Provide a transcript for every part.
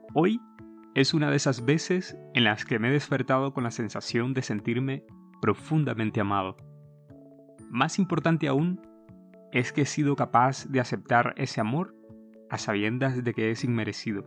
Hoy es una de esas veces en las que me he despertado con la sensación de sentirme profundamente amado. Más importante aún es que he sido capaz de aceptar ese amor a sabiendas de que es inmerecido.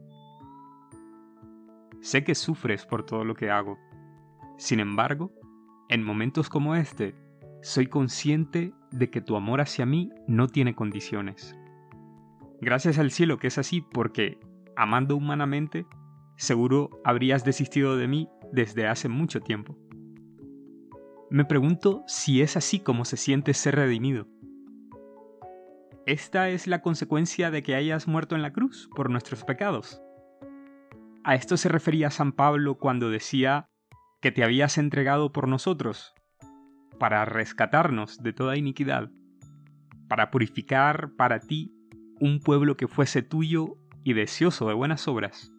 Sé que sufres por todo lo que hago. Sin embargo, en momentos como este, soy consciente de que tu amor hacia mí no tiene condiciones. Gracias al cielo que es así, porque, amando humanamente, seguro habrías desistido de mí desde hace mucho tiempo. Me pregunto si es así como se siente ser redimido. ¿Esta es la consecuencia de que hayas muerto en la cruz por nuestros pecados? A esto se refería San Pablo cuando decía que te habías entregado por nosotros, para rescatarnos de toda iniquidad, para purificar para ti un pueblo que fuese tuyo y deseoso de buenas obras.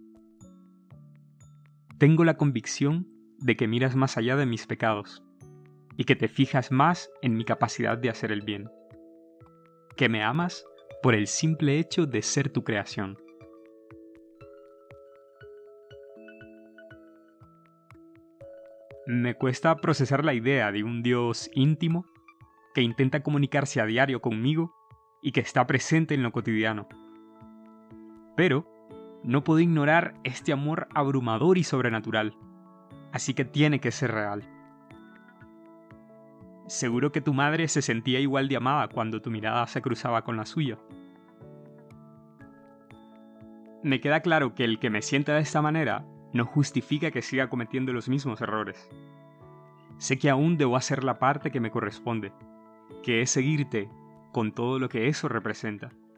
Tengo la convicción de que miras más allá de mis pecados y que te fijas más en mi capacidad de hacer el bien, que me amas por el simple hecho de ser tu creación. Me cuesta procesar la idea de un Dios íntimo que intenta comunicarse a diario conmigo y que está presente en lo cotidiano. Pero no puedo ignorar este amor abrumador y sobrenatural, así que tiene que ser real. Seguro que tu madre se sentía igual de amada cuando tu mirada se cruzaba con la suya. Me queda claro que el que me sienta de esta manera no justifica que siga cometiendo los mismos errores. Sé que aún debo hacer la parte que me corresponde, que es seguirte con todo lo que eso representa.